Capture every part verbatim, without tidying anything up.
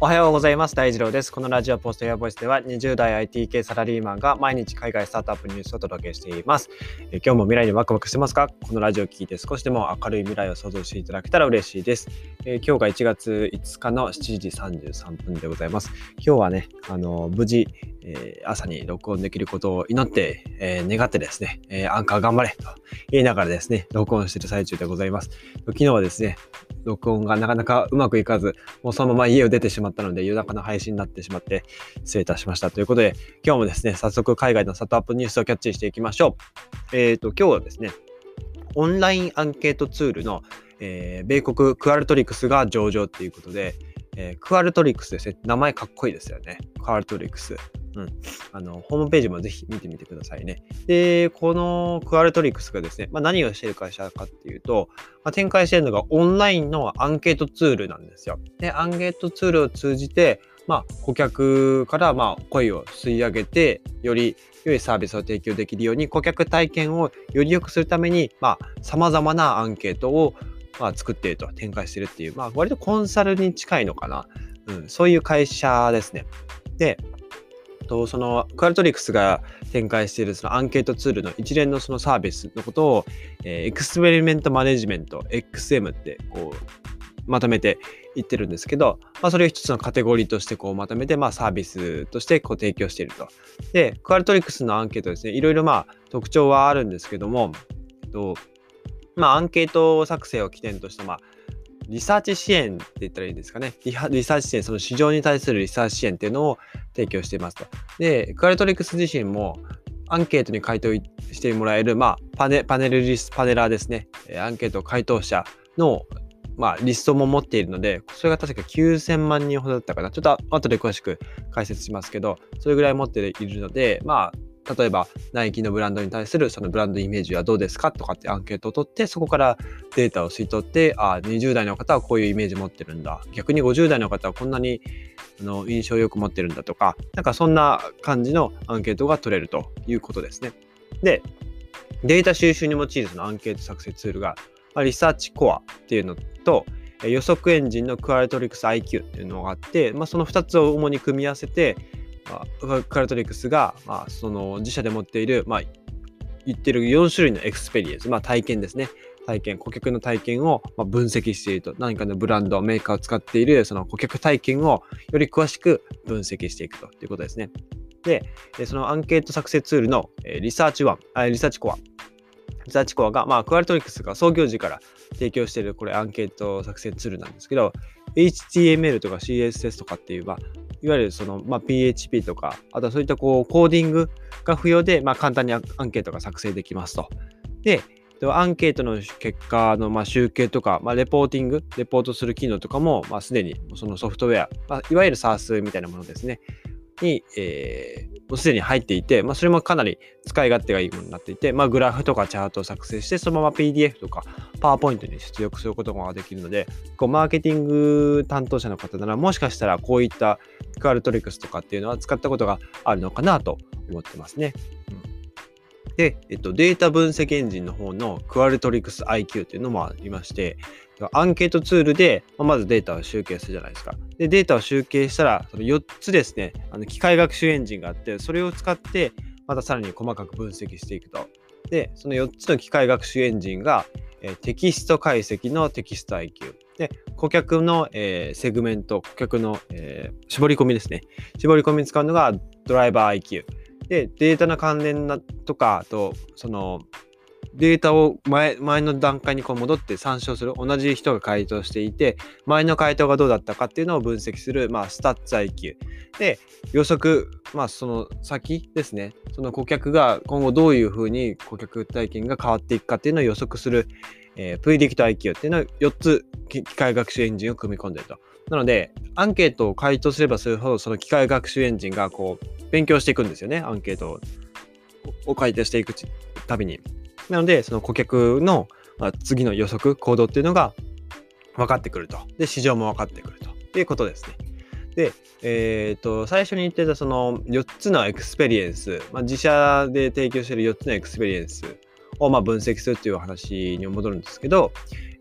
おはようございます。大二郎です。このラジオポストやボイスではにじゅう代 アイティー 系サラリーマンが毎日海外スタートアップニュースをお届けしています。え今日も未来にワクワクしてますか？このラジオを聞いて少しでも明るい未来を想像していただけたら嬉しいです。えー、今日がいちがついつかのしちじさんじゅうさんぷんでございます。今日はね、あの無事、えー、朝に録音できることを祈って、えー、願ってですね、えー、アンカー頑張れと言いながらですね、録音している最中でございます。昨日はですね、録音がなかなかうまくいかず、もうそのまま家を出てしまったので夜中の配信になってしまって失礼いたしましたということで、今日もですね早速海外のスタートアップニュースをキャッチしていきましょう。えーと今日はですね、オンラインアンケートツールの、えー、米国クアルトリクスが上場ということで、えー、クアルトリクスですね、名前かっこいいですよね。クアルトリクス、うん、あのホームページもぜひ見てみてくださいね。で、このクアルトリクスがですね、まあ、何をしている会社かっていうと、まあ、展開しているのがオンラインのアンケートツールなんですよ。で、アンケートツールを通じて、まあ、顧客からまあ声を吸い上げて、より良いサービスを提供できるように、顧客体験をより良くするために、まあ、様々なアンケートをまあ作っていると、展開しているっていう、まあ、割とコンサルに近いのかな。うん、そういう会社ですね。で、とそのクアルトリクスが展開しているそのアンケートツールの一連のそのサービスのことを、えー、エクスペリメントマネジメント エックスエム ってこうまとめて言ってるんですけど、まあ、それを一つのカテゴリーとしてこうまとめて、まあ、サービスとしてこう提供していると。で、クアルトリクスのアンケートですね、いろいろまあ特徴はあるんですけども、えっとまあ、アンケート作成を起点とした、まあ、リサーチ支援って言ったらいいんですかね。リ, リサーチ支援、その市場に対するリサーチ支援っていうのを提供していますと。で、クアルトリクス自身もアンケートに回答してもらえる、まあ、パネ、パネルリスト、パネラーですね。アンケート回答者の、まあ、リストも持っているので、それが確かきゅうせんまんにんほどだったかな。ちょっと後で詳しく解説しますけど、それぐらい持っているので、まあ、例えばナイキのブランドに対するそのブランドイメージはどうですかとかってアンケートを取って、そこからデータを吸い取って、あ、にじゅう代の方はこういうイメージ持ってるんだ、逆にごじゅう代の方はこんなにあの印象よく持ってるんだとか、なんかそんな感じのアンケートが取れるということですね。で、データ収集に用いるそのアンケート作成ツールがリサーチコアっていうのと予測エンジンのクアルトリクス アイキュー っていうのがあって、まあ、そのふたつを主に組み合わせて、まあ、クアルトリクスが、まあ、その自社で持っている、まあ、言ってるよん種類のエクスペリエンス、まあ、体験ですね。体験、顧客の体験をまあ分析していると。何かのブランド、メーカーを使っているその顧客体験をより詳しく分析していくということですね。で、そのアンケート作成ツールのリサーチワン、リサーチコア。リサーチコアが、まあ、クアルトリクスが創業時から提供しているこれアンケート作成ツールなんですけど、エイチティーエムエル とか シーエスエス とかっていう、まあ、いわゆるその、まあ、ピーエイチピー とか、あとはそういったこうコーディングが不要で、まあ、簡単にアンケートが作成できますと。で、アンケートの結果のまあ集計とか、まあ、レポーティング、レポートする機能とかも、まあ、すでにそのソフトウェア、まあ、いわゆる SaaS みたいなものですね。に、えー、もうすでに入っていて、まあ、それもかなり使い勝手がいいものになっていて、まあ、グラフとかチャートを作成して、そのまま ピーディーエフ とか パワーポイント に出力することができるので、こうマーケティング担当者の方なら、もしかしたらこういったクアルトリクスとかっていうのは使ったことがあるのかなと思ってますね。うん、で、えっと、データ分析エンジンの方のクアルトリクス アイキュー っていうのもありまして、アンケートツールでまずデータを集計するじゃないですか。で、データを集計したら、そのよっつですね、あの機械学習エンジンがあって、それを使ってまたさらに細かく分析していくと。で、そのよっつの機械学習エンジンが、えー、テキスト解析のテキスト アイキュー。で、顧客の、えー、セグメント、顧客の、えー、絞り込みですね。絞り込みに使うのがドライバー アイキュー。で、データの関連なとか、あと、その、データを前、前の段階にこう戻って参照する。同じ人が回答していて、前の回答がどうだったかっていうのを分析する、まあ、スタッツ アイキュー。で、予測、まあ、その先ですね。その顧客が今後どういうふうに顧客体験が変わっていくかっていうのを予測する、えー、プリディクト アイキュー っていうのをよっつ機械学習エンジンを組み込んでいると。なので、アンケートを回答すればするほど、その機械学習エンジンがこう、勉強していくんですよね。アンケートを回答していくたびに。なので、その顧客の、まあ、次の予測、行動っていうのが分かってくると。で、市場も分かってくるということですね。で、えっと、最初に言ってたそのよっつのエクスペリエンス、まあ、自社で提供しているよっつのエクスペリエンスをまあ分析するっていう話に戻るんですけど、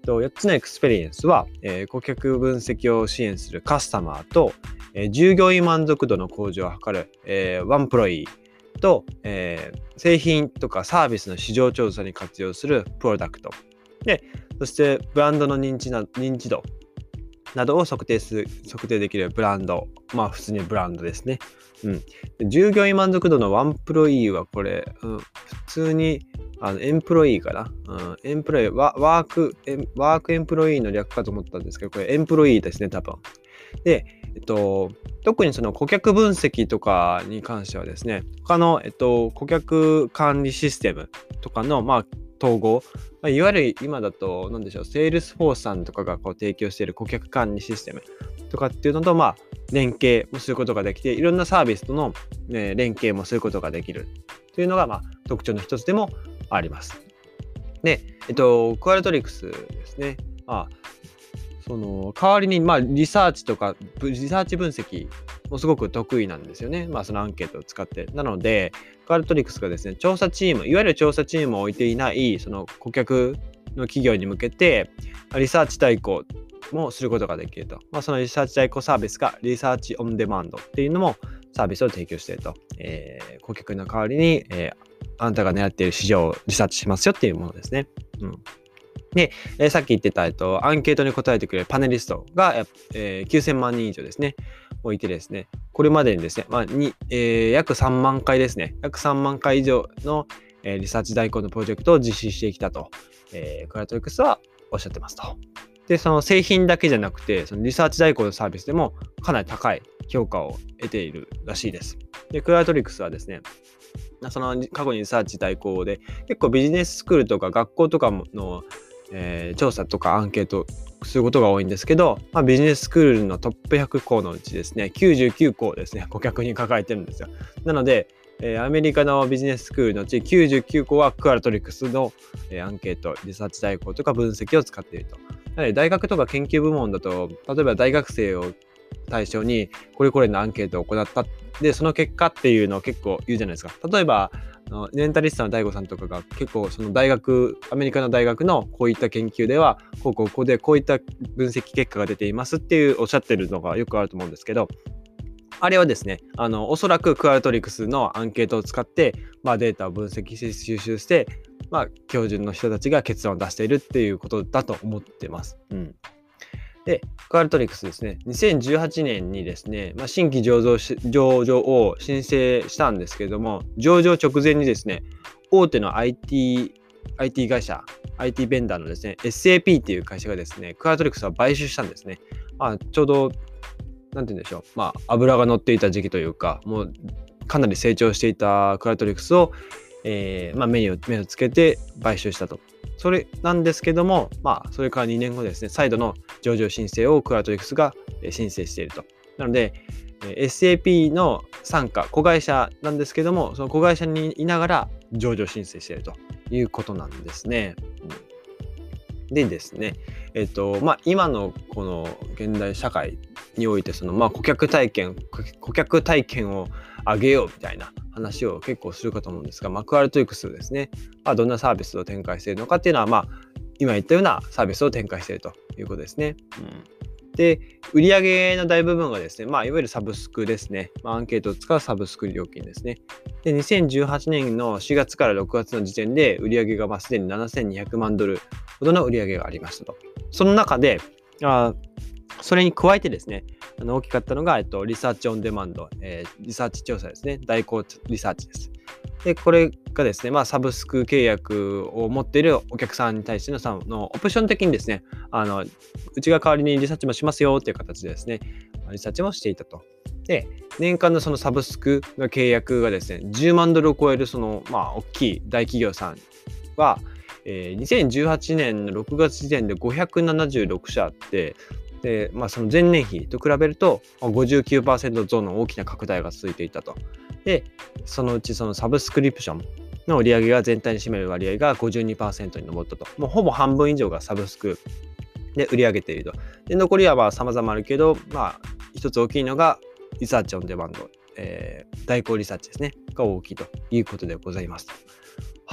よっつのエクスペリエンスは、えー、顧客分析を支援するカスタマーと、えー、従業員満足度の向上を図る、えー、ワンプロイーと、えー、製品とかサービスの市場調査に活用するプロダクトで、そしてブランドの認知な認知度などを測定する測定できるブランド、まあ普通にブランドですね。うん、で従業員満足度のワンプロイーはこれ、うん、普通にあのエンプロイーかな、うん、エンプロイーワワークエンワークエンプロイーの略かと思ったんですけど、これエンプロイーですね、多分。で、えっと、特にその顧客分析とかに関してはですね、他の、えっと、顧客管理システムとかの、まあ、統合、まあ、いわゆる今だと、なんでしょう、セールスフォースさんとかがこう提供している顧客管理システムとかっていうのと、まあ、連携もすることができて、いろんなサービスとの、ね、連携もすることができるというのが、まあ、特徴の一つでもあります。で、えっと、クアルトリクスですね。あその代わりに、まあ、リサーチとかリサーチ分析もすごく得意なんですよね。まあ、そのアンケートを使って。なので、クアルトリクスがですね、調査チーム、いわゆる調査チームを置いていないその顧客の企業に向けて、リサーチ代行もすることができると。まあ、そのリサーチ代行サービスがリサーチオンデマンドっていうのもサービスを提供していると。えー、顧客の代わりに、えー、あなたが狙っている市場をリサーチしますよっていうものですね。うんで、えー、さっき言ってた、えっと、アンケートに答えてくれるパネリストが、えー、きゅうせんまんにん以上ですね、置いてですね、これまでにですね、まあにえー、約さんまんかいですね、約さんまんかい以上の、えー、リサーチ代行のプロジェクトを実施してきたと、えー、クアルトリクスはおっしゃってますと。で、その製品だけじゃなくて、そのリサーチ代行のサービスでもかなり高い評価を得ているらしいです。で、クアルトリクスはですね、その過去にリサーチ代行で、結構ビジネススクールとか学校とかのえー、調査とかアンケートすることが多いんですけど、まあ、ビジネススクールのトップひゃくこうのうちですね、きゅうじゅうきゅうこをですね、顧客に抱えてるんですよ。なので、えー、アメリカのビジネススクールのうちきゅうじゅうきゅうこはクアルトリクスの、えー、アンケート、リサーチ代行とか分析を使っていると。なので大学とか研究部門だと、例えば大学生を対象にこれこれのアンケートを行った。で、その結果っていうのを結構言うじゃないですか。例えば、メンタリストの大悟さんとかが結構その大学アメリカの大学のこういった研究ではこうこうこうでこういった分析結果が出ていますっていうおっしゃってるのがよくあると思うんですけど、あれはですね、あのおそらくクアルトリクスのアンケートを使って、まあ、データを分析して収集して、まあ、標準の人たちが結論を出しているっていうことだと思ってます。うん。で、クアルトリクスですね、にせんじゅうはちねんにですね、まあ、新規上場し上場を申請したんですけれども、上場直前にですね、大手の アイティー、アイティー 会社、アイティー ベンダーのですね、エスエーピー っていう会社がですね、クアルトリクスは買収したんですね。まあ、ちょうど、なんて言うんでしょう、まあ、油が乗っていた時期というか、もうかなり成長していたクアルトリクスを、えーまあ、目に目をつけて買収したと。それなんですけども、まあ、それからにねんごですね、再度の上場申請をクアルトリクスが申請していると。なので、エスエーピー の傘下、子会社なんですけども、その子会社にいながら上場申請しているということなんですね。でですね、えっと、まあ、今のこの現代社会において、その、まあ、顧客体験、顧客体験を上げようみたいな話を結構するかと思うんですが、まあ、クアルトリクスですね、まあ、どんなサービスを展開しているのかっていうのは、まあ、今言ったようなサービスを展開しているということですね。うんで、売上の大部分がですね、まあ、いわゆるサブスクですね。まあ、アンケートを使うサブスク料金ですね。で、にせんじゅうはちねんのしがつからろくがつの時点で売上がまあすでにななせんにひゃくまんドルほどの売上がありましたと。その中で、あそれに加えてですね、あの大きかったのが、えっと、リサーチオンデマンド、えー、リサーチ調査ですね。代行リサーチです。で、これがですね、まあ、サブスク契約を持っているお客さんに対しての、そのオプション的にですね、あの、うちが代わりにリサーチもしますよっていう形でですね、リサーチもしていたと。で、年間のそのサブスクの契約がですね、じゅうまんドルを超えるその、まあ、大きい大企業さんは、えー、にせんじゅうはちねんのろくがつ時点でごひゃくななじゅうろくしゃあって、で、まあ、その前年比と比べると ごじゅうきゅうパーセント 増の大きな拡大が続いていたと。で、そのうちそのサブスクリプションの売上が全体に占める割合が ごじゅうにパーセント に上ったと。もうほぼ半分以上がサブスクで売り上げていると。で、残りはまあ様々あるけど、まあ、一つ大きいのがリサーチオンデマンド、えー、代行リサーチですね。が大きいということでございます。はい。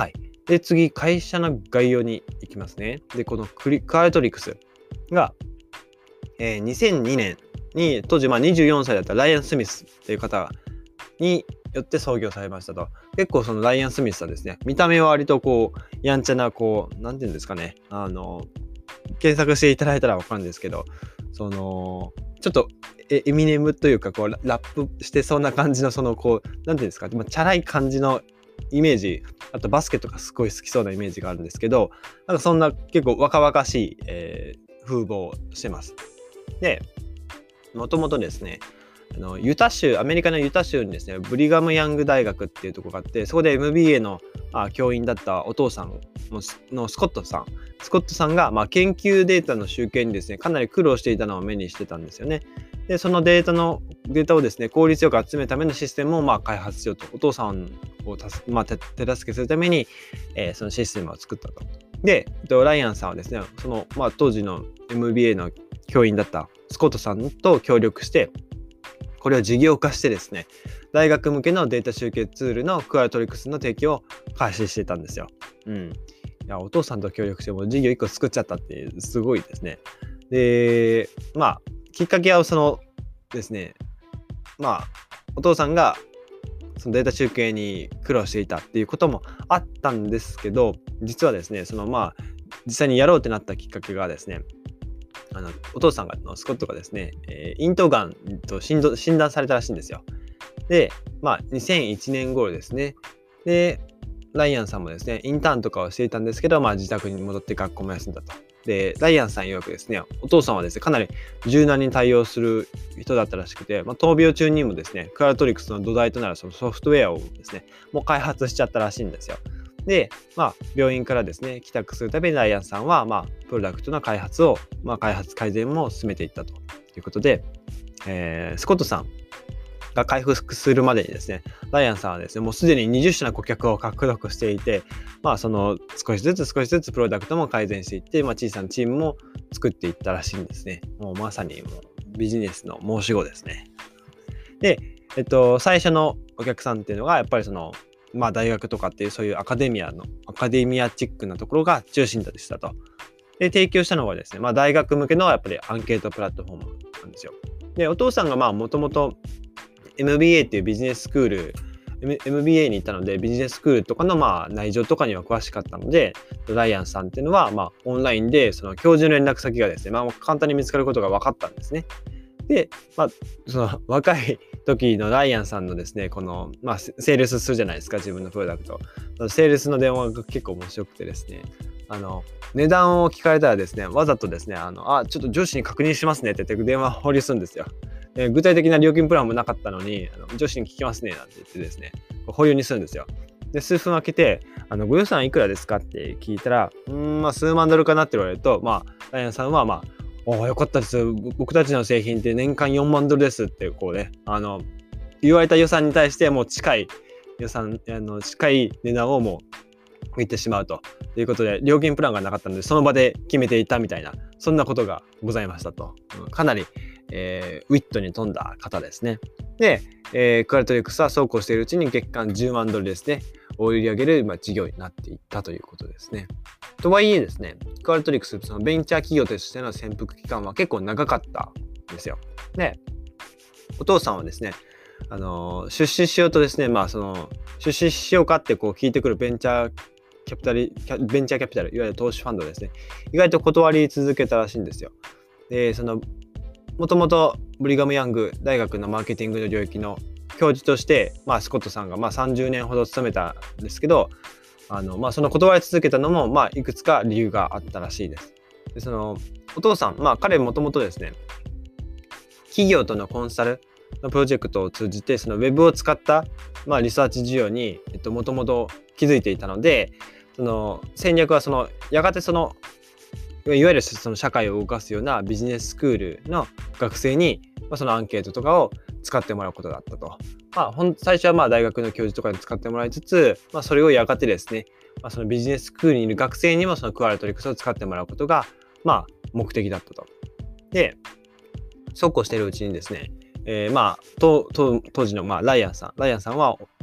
で、次、会社の概要に行きますね。で、このクリクアルトリクスが、えー、にせんにねんに当時まあにじゅうよんさいだったライアン・スミスっていう方によって創業されましたと。結構そのライアン・スミスはですね、見た目は割とこうやんちゃな、こうなんていうんですかね、あの検索していただいたら分かるんですけど、そのちょっとエミネムというかこうラップしてそうな感じの、そのこうなんていうんですか、チャラい感じのイメージ、あとバスケとかすごい好きそうなイメージがあるんですけど、なんかそんな結構若々しい、えー、風貌をしてます。で、もともとですね、あのユタ州、アメリカのユタ州にですね、ブリガム・ヤング大学っていうところがあって、そこで エムビーエー のあ教員だったお父さんのスコットさん、スコットさんが、まあ、研究データの集計にですね、かなり苦労していたのを目にしてたんですよね。で、そのデータのデータをですね、効率よく集めるためのシステムをまあ開発しようと、お父さんをたす、まあ、手助けするために、えー、そのシステムを作ったと。で、ライアンさんはですね、その、まあ、当時の エムビーエー の教員だったスコットさんと協力して、これを事業化してですね、大学向けのデータ集計ツールのクアルトリクスの提供を開始してたんですよ。うん。いや、お父さんと協力しても事業いっこ作っちゃったってすごいですね。で、まあ、きっかけはそのですね、まあ、お父さんがそのデータ集計に苦労していたっていうこともあったんですけど、実はですね、そのまあ、実際にやろうってなったきっかけがですね、あのお父さんがのスコットがですね、えー、咽頭がんと診断されたらしいんですよ。で、まあ、にせんいちねん頃ですね。で、ライアンさんもですね、インターンとかをしていたんですけど、まあ、自宅に戻って学校も休んだと。で、ライアンさん曰くですね、お父さんはですね、かなり柔軟に対応する人だったらしくて、まあ、闘病中にもですね、クアルトリクスの土台となるそのソフトウェアをですね、もう開発しちゃったらしいんですよ。で、まあ、病院からですね、帰宅するためにライアンさんは、まあ、プロダクトの開発を、まあ、開発改善も進めていったということで、えー、スコットさんが回復するまでにですね、ライアンさんはですね、もうすでににじゅっしゃの顧客を獲得していて、まあ、その少しずつ少しずつプロダクトも改善していって、まあ、小さなチームも作っていったらしいんですね。もうまさにもうビジネスの申し子ですね。で、えっと、最初のお客さんっていうのが、やっぱりその、まあ、大学とかっていうそういうアカデミアのアカデミアチックなところが中心でしたと。で、提供したのがですね、まあ、大学向けのやっぱりアンケートプラットフォームなんですよ。で、お父さんがまあもともと エムビーエー っていうビジネススクール、エムビーエー に行ったのでビジネススクールとかのまあ内情とかには詳しかったので、ライアンさんっていうのはまあオンラインでその教授の連絡先がですね、まあ、簡単に見つかることが分かったんですね。で、まあ、その若い時のライアンさんのですね、この、まあ、セールスするじゃないですか、自分のプロダクト。セールスの電話が結構面白くてですね、あの、値段を聞かれたらですね、わざとですね、あの、あ、ちょっと上司に確認しますねって言って電話を保留するんですよ。で、具体的な料金プランもなかったのに、あの上司に聞きますねなんて言ってですね、保留にするんですよ。で、数分空けて、あのご予算いくらですかって聞いたら、うーん、まあ、数万ドルかなって言われると、まあ、ライアンさんは、まあ、およかったです。僕たちの製品って年間よんまんドルですってこうね、あの言われた予算に対してもう近い予算、あの近い値段をもう言ってしまうということで、料金プランがなかったのでその場で決めていたみたいな、そんなことがございましたと。うん、かなり、えー、ウィットに富んだ方ですね。で、えー、クアルトリクスはそうこうしているうちに月間じゅうまんドルですね、を売り上げる、まあ、事業になっていったということですね。とはいえですね、クアルトリクス、そのベンチャー企業としての潜伏期間は結構長かったんですよ。で、お父さんはですね、あのー、出資しようとですね、まあその出資しようかってこう聞いてくるベンチャーキャピタル、ベンチャーキャピタル、いわゆる投資ファンドですね、意外と断り続けたらしいんですよ。で、そのもともとブリガムヤング大学のマーケティングの領域の教授として、まあ、スコットさんがまあさんじゅうねんほど勤めたんですけど、あの、まあ、その断り続けたのも、まあ、いくつか理由があったらしいです。で、そのお父さん、まあ、彼もともとですね、企業とのコンサルのプロジェクトを通じて、そのウェブを使った、まあ、リサーチ需要に、えっと、もともと気づいていたので、その戦略はそのやがてそのいわゆるその社会を動かすようなビジネススクールの学生に、まあ、そのアンケートとかを使ってもらうことだったと。まあ、ほん最初はまあ大学の教授とかに使ってもらいつつ、まあ、それをやがてですね、まあ、そのビジネススクールにいる学生にもそのクアルトリクスを使ってもらうことが、まあ、目的だったと。で、そうこうしているうちにですね、えー、まあ当時のまあライアンさん、ライアンさんは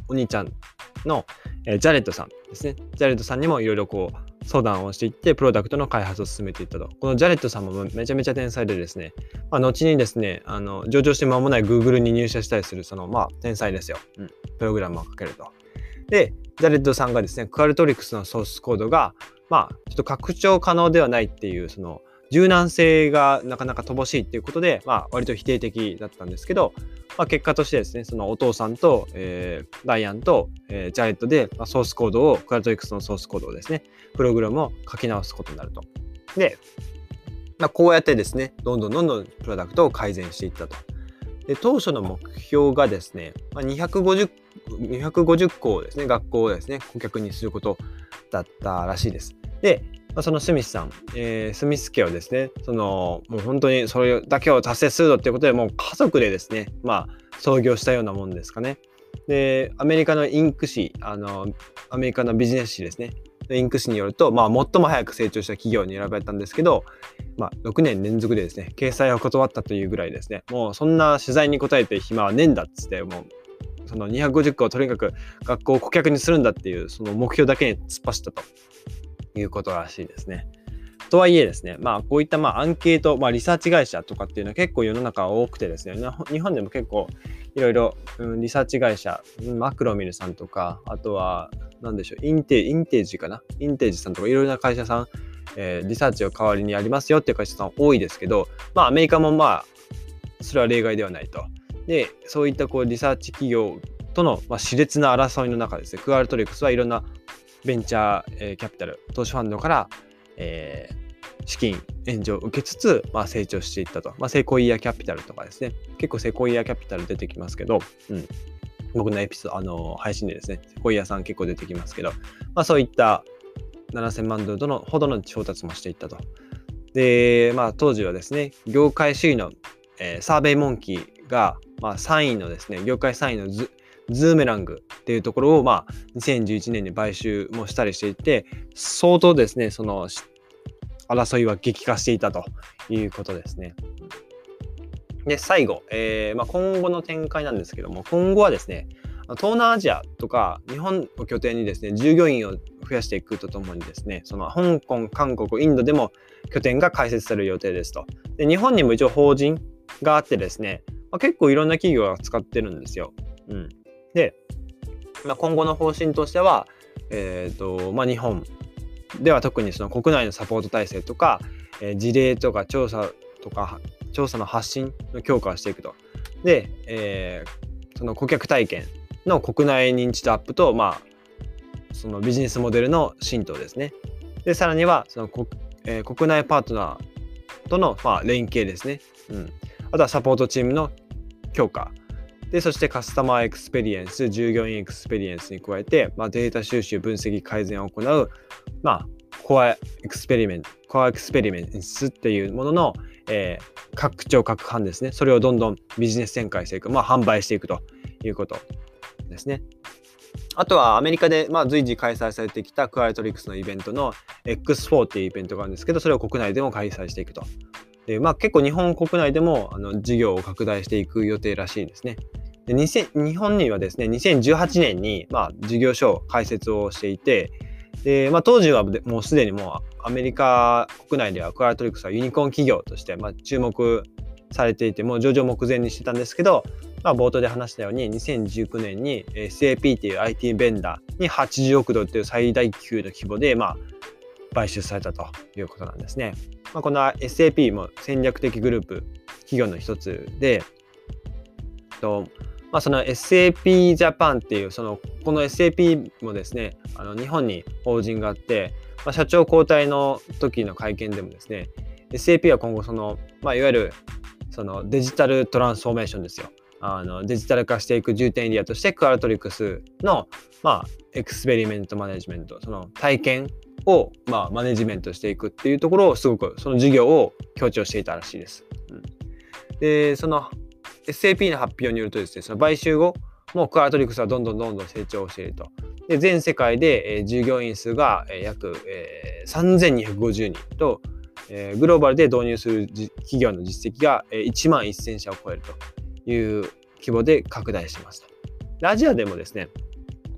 お兄ちゃんの、えー、ジャレットさんですね。ジャレットさんにもいろいろこう相談をしていって、プロダクトの開発を進めていったと。このジャレットさんもめちゃめちゃ天才でですね、まあ、後にですね、あの上場して間もない Google に入社したりする、そのまあ天才ですよ。うん、プログラムをかけると。で、ジャレットさんがですね、クアルトリックスのソースコードが、まあ、ちょっと拡張可能ではないっていう、その柔軟性がなかなか乏しいっていうことで、まあ、割と否定的だったんですけど、まあ、結果としてですね、そのお父さんと、えー、ダイアンと、えー、ジャレットで、まあ、ソースコードを、クアルトリックスのソースコードをですね、プログラムを書き直すことになると。で、まあ、こうやってですね、どんどんどんどんプロダクトを改善していったと。で、当初の目標がですね、まあ、にひゃくごじゅう、にひゃくごじゅっこをですね、学校をですね、顧客にすることだったらしいです。で、まあ、そのスミスさん、えー、スミス家をですね、そのもう本当にそれだけを達成するぞっていうことで、もう家族でですね、まあ創業したようなもんですかね。で、アメリカのインク誌、あのアメリカのビジネス誌ですね、インク誌によると、まあ最も早く成長した企業に選ばれたんですけど、まあろくねん連続でですね、掲載を断ったというぐらいですね、もうそんな取材に答えて暇はねえんだっつって、もうそのにひゃくごじゅっこをとにかく学校を顧客にするんだっていうその目標だけに突っ走ったということらしいですね。とはいえですね、まあこういったまあアンケート、まあ、リサーチ会社とかっていうのは結構世の中多くてですね、日本でも結構いろいろリサーチ会社、マクロミルさんとか、あとは何でしょう、インテインテージかな、インテージさんとかいろいろな会社さん、えー、リサーチを代わりにやりますよっていう会社さん多いですけど、まあアメリカもまあそれは例外ではないと。で、そういったこうリサーチ企業とのまあ熾烈な争いの中ですね、クアルトリックスはいろんなベンチャー、えー、キャピタル、投資ファンドから、えー、資金援助を受けつつ、まあ、成長していったと。まあ、セコイアキャピタルとかですね。結構セコイアキャピタル出てきますけど、うん、僕のエピソード、あの配信でですね、セコイアさん結構出てきますけど、まあ、そういったななせんまんドルのほどの調達もしていったと。で、まあ、当時はですね、業界首位の、えー、サーベイモンキーが、まあ、さんいのですね、業界さんいのズズーメラングっていうところを、まあ、にせんじゅういちねんに買収もしたりしていて、相当ですね、その争いは激化していたということですね。で、最後、えーまあ、今後の展開なんですけども、今後はですね、東南アジアとか日本を拠点にですね、従業員を増やしていくとともにですね、その香港、韓国、インドでも拠点が開設される予定ですと。で、日本にも一応法人があってですね、まあ、結構いろんな企業が使ってるんですよ。うん。で、まあ、今後の方針としては、えーとまあ、日本では特にその国内のサポート体制とか、えー、事例とか調査とか調査の発信の強化をしていくと。で、えー、その顧客体験の国内認知度アップと、まあ、そのビジネスモデルの浸透ですね。で、さらにはその国、えー、国内パートナーとの、まあ、連携ですね。うん。あとはサポートチームの強化。で、そしてカスタマーエクスペリエンス、従業員エクスペリエンスに加えて、まあ、データ収集、分析、改善を行う、まあ、コアエクスペリメント、コアエクスペリメンスっていうものの、えー、拡張、拡販ですね。それをどんどんビジネス展開していく、まあ、販売していくということですね。あとはアメリカで、まあ、随時開催されてきたクアルトリックスのイベントの エックスフォー っていうイベントがあるんですけど、それを国内でも開催していくと。で、まあ、結構日本国内でもあの事業を拡大していく予定らしいですね。でにせん日本にはですね、にせんじゅうはちねんに、まあ、事業所開設をしていて、で、まあ、当時はもうすでにもうアメリカ国内ではクアルトリックスはユニコーン企業として、まあ、注目されていて、もう上場目前にしてたんですけど、まあ、冒頭で話したようににせんじゅうきゅうねんに エスエーピー っていう アイティー ベンダーにはちじゅうおくドルという最大級の規模で、まあ、買収されたということなんですね。まあ、この エスエーピー も戦略的グループ企業の一つで、とまあ、その エスエーピー ジャパンっていうそのこの エスエーピー もですね、あの日本に法人があって、まあ、社長交代の時の会見でもですね、 エスエーピー は今後その、まあ、いわゆるそのデジタルトランスフォーメーションですよ。あのデジタル化していく重点エリアとしてクアルトリックスの、まあ、エクスペリメントマネジメント、その体験を、まあ、マネジメントしていくっていうところをすごくその事業を強調していたらしいです。うん、で、その エスエーピー の発表によるとですね、その買収後もクアルトリックスはどんどんどんどん成長していると。で、全世界で、えー、従業員数が、えー、約、えー、さんぜんにひゃくごじゅうにんと、えー、グローバルで導入する企業の実績が、えー、いちまんせんしゃを超えるという規模で拡大していますと。アジアでもですね、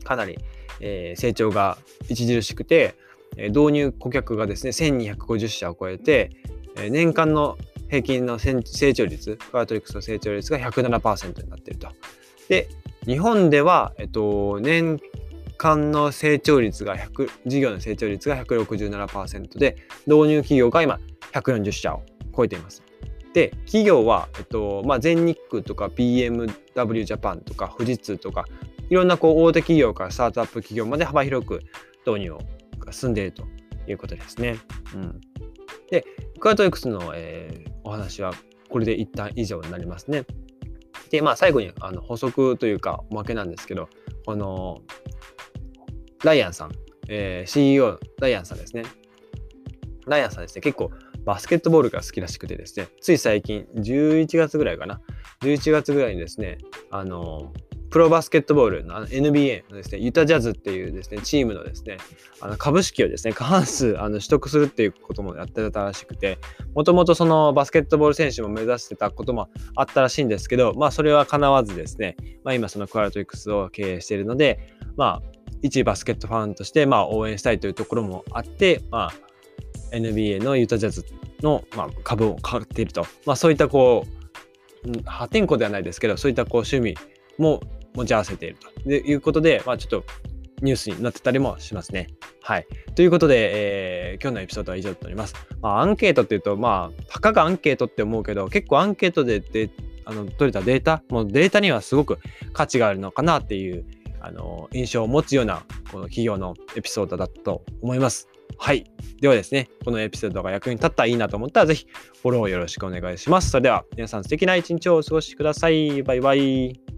かなり、えー、成長が著しくて、えー、導入顧客がですねせんにひゃくごじゅっしゃを超えて、えー、年間の平均の成長率、クワラトリックスの成長率が ひゃくななパーセント になっていると。で、日本では、えっと、年間の成長率が100、事業の成長率が ひゃくろくじゅうななパーセント で、導入企業が今ひゃくよんじゅっしゃを超えています。で、企業は、えっとまあ、全日空とか ビーエムダブリュー ジャパンとか富士通とかいろんなこう大手企業からスタートアップ企業まで幅広く導入が進んでいるということですね。うん、で、クワラトリックスの、えー、お話はこれで一旦以上になりますね。で、まあ最後にあの補足というかおまけなんですけど、このライアンさん、えー、シーイーオー ライアンさんですね。ライアンさんですね、結構バスケットボールが好きらしくてですね、つい最近じゅういちがつぐらいかな、じゅういちがつぐらいにですね、あのプロバスケットボールの エヌビーエー のですね、ユタジャズっていうですね、チームのですね、あの株式をですね、過半数あの取得するっていうこともやってたらしくて、もともとそのバスケットボール選手も目指してたこともあったらしいんですけど、まあそれは叶わずですね、まあ今そのクワラトリックスを経営しているので、まあ一バスケットファンとしてまあ応援したいというところもあって、まあ エヌビーエー のユタジャズの、まあ、株を買っていると、まあ、そういったこう破天荒ではないですけど、そういったこう趣味も持ち合わせているということで、まあ、ちょっとニュースになってたりもしますね。はい。ということで、えー、今日のエピソードは以上となります。まあ、アンケートっていうと、まあ、たかがアンケートって思うけど、結構アンケートでであの取れたデータ、もうデータにはすごく価値があるのかなっていうあの印象を持つようなこの企業のエピソードだったと思います。はい。ではですね、このエピソードが役に立ったらいいなと思ったら、ぜひフォローよろしくお願いします。それでは皆さん素敵な一日をお過ごしください。バイバイ。